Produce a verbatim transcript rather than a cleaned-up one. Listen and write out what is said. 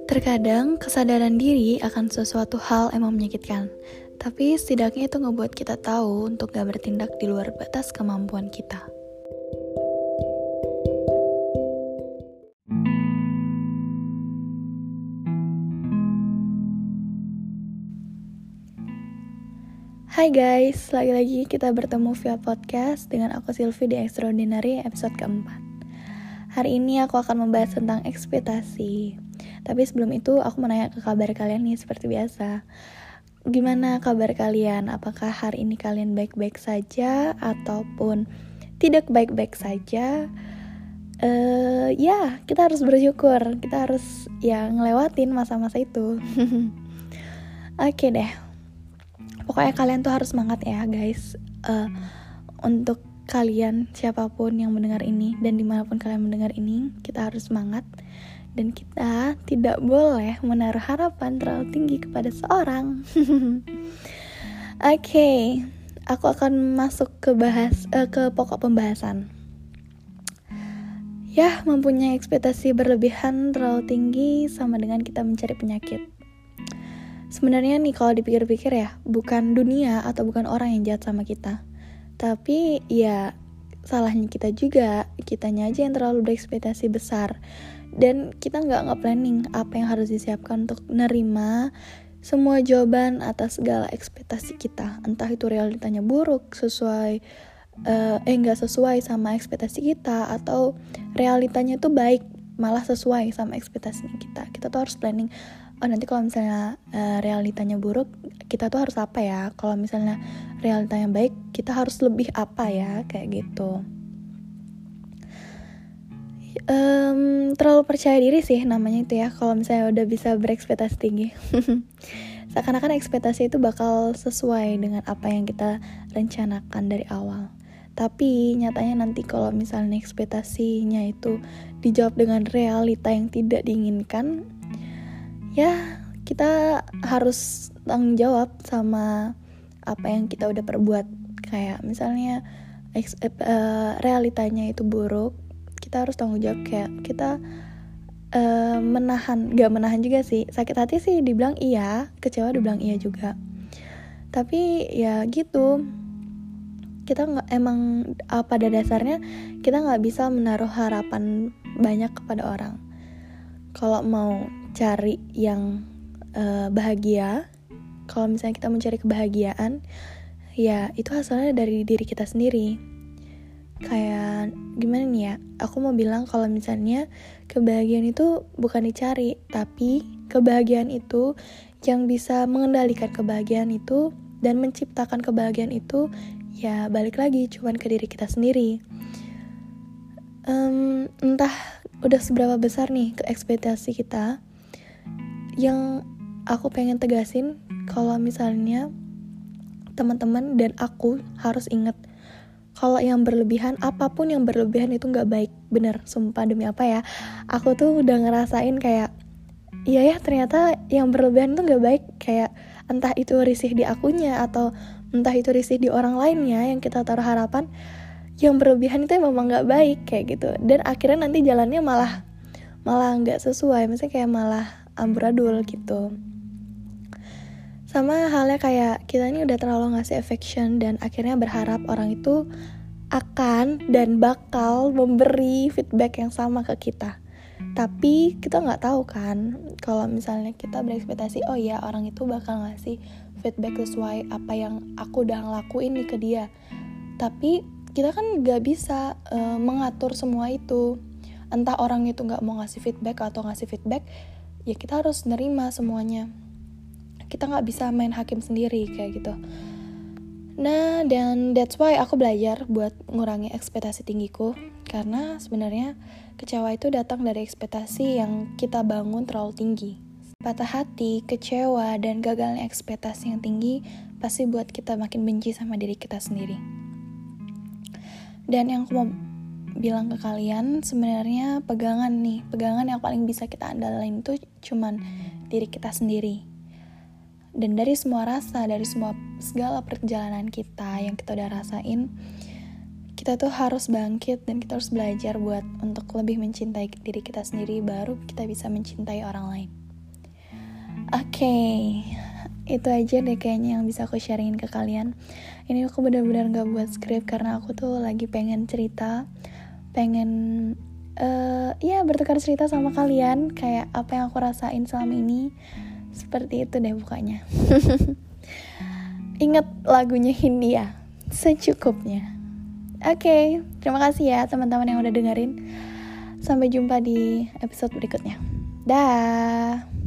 Terkadang kesadaran diri akan sesuatu hal emang menyakitkan, tapi setidaknya itu ngebuat kita tahu untuk gak bertindak di luar batas kemampuan kita. Hai guys, lagi-lagi kita bertemu via podcast dengan aku Sylvie di Extraordinary episode keempat. Hari ini aku akan membahas tentang ekspektasi. Tapi sebelum itu aku mau nanya ke kabar kalian nih seperti biasa. Gimana kabar kalian? Apakah hari ini kalian baik-baik saja ataupun tidak baik-baik saja? Uh, ya, kita harus bersyukur. Kita harus ya ngelewatin masa-masa itu. Oke deh. Pokoknya kalian tuh harus semangat ya guys. Uh, untuk kalian siapapun yang mendengar ini dan dimanapun kalian mendengar ini, kita harus semangat. Dan kita tidak boleh menaruh harapan terlalu tinggi kepada seorang. Oke, okay, aku akan masuk ke bahas uh, ke pokok pembahasan. Ya, mempunyai ekspektasi berlebihan terlalu tinggi sama dengan kita mencari penyakit. Sebenarnya nih kalau dipikir-pikir ya, bukan dunia atau bukan orang yang jahat sama kita, tapi ya salahnya kita juga, kitanya aja yang terlalu berekspektasi besar. Dan kita gak nge-planning apa yang harus disiapkan untuk nerima semua jawaban atas segala ekspektasi kita. Entah itu realitanya buruk, sesuai uh, Eh gak sesuai sama ekspektasi kita, atau realitanya itu baik, malah sesuai sama ekspektasi kita. Kita tuh harus planning, oh nanti kalau misalnya uh, realitanya buruk, kita tuh harus apa ya. Kalau misalnya realitanya baik, kita harus lebih apa ya, kayak gitu. Um, terlalu percaya diri sih namanya itu ya, kalau misalnya udah bisa berekspektasi tinggi. Seakan-akan ekspektasi itu bakal sesuai dengan apa yang kita rencanakan dari awal. Tapi nyatanya nanti kalau misalnya ekspektasinya itu dijawab dengan realita yang tidak diinginkan, ya kita harus tanggung jawab sama apa yang kita udah perbuat. Kayak misalnya eks- uh, realitanya itu buruk, kita harus tanggung jawab, kayak kita uh, menahan, gak menahan juga sih, sakit hati sih dibilang iya, kecewa dibilang iya juga. Tapi ya gitu, kita nggak emang uh, pada dasarnya kita nggak bisa menaruh harapan banyak kepada orang. Kalau mau cari yang uh, bahagia, kalau misalnya kita mencari kebahagiaan, ya itu hasilnya dari diri kita sendiri. Kayak gimana nih ya, aku mau bilang kalau misalnya kebahagiaan itu bukan dicari, tapi kebahagiaan itu yang bisa mengendalikan kebahagiaan itu dan menciptakan kebahagiaan itu, ya balik lagi cuman ke diri kita sendiri. um, Entah udah seberapa besar nih ke ekspektasi kita, yang aku pengen tegasin kalau misalnya teman-teman dan aku harus ingat, kalau yang berlebihan, apapun yang berlebihan itu gak baik. Bener, sumpah demi apa ya, aku tuh udah ngerasain kayak, iya ya ternyata yang berlebihan itu gak baik. Kayak entah itu risih di akunya, atau entah itu risih di orang lainnya yang kita taruh harapan, yang berlebihan itu memang gak baik kayak gitu. Dan akhirnya nanti jalannya malah Malah gak sesuai, maksudnya kayak malah amburadul gitu. Sama halnya kayak kita ini udah terlalu ngasih affection dan akhirnya berharap orang itu akan dan bakal memberi feedback yang sama ke kita. Tapi kita gak tahu kan, kalau misalnya kita berekspektasi, oh ya orang itu bakal ngasih feedback sesuai apa yang aku udah ngelakuin nih ke dia. Tapi kita kan gak bisa uh, mengatur semua itu. Entah orang itu gak mau ngasih feedback atau ngasih feedback, ya kita harus nerima semuanya. Kita gak bisa main hakim sendiri kayak gitu. Nah, dan that's why aku belajar buat ngurangi ekspektasi tinggiku. Karena sebenarnya kecewa itu datang dari ekspektasi yang kita bangun terlalu tinggi. Patah hati, kecewa, dan gagalnya ekspektasi yang tinggi pasti buat kita makin benci sama diri kita sendiri. Dan yang aku mau bilang ke kalian, sebenarnya pegangan nih, pegangan yang paling bisa kita andalin itu cuman diri kita sendiri. Dan dari semua rasa, dari semua segala perjalanan kita yang kita udah rasain, kita tuh harus bangkit dan kita harus belajar buat untuk lebih mencintai diri kita sendiri, baru kita bisa mencintai orang lain. Oke, okay. Itu aja deh kayaknya yang bisa aku sharingin ke kalian. Ini aku benar-benar gak buat skrip karena aku tuh lagi pengen cerita, pengen uh, ya bertukar cerita sama kalian, kayak apa yang aku rasain selama ini. Seperti itu deh pokoknya. Ingat lagunya Hindia, secukupnya. Oke, okay, terima kasih ya teman-teman yang udah dengerin. Sampai jumpa di episode berikutnya. Dah.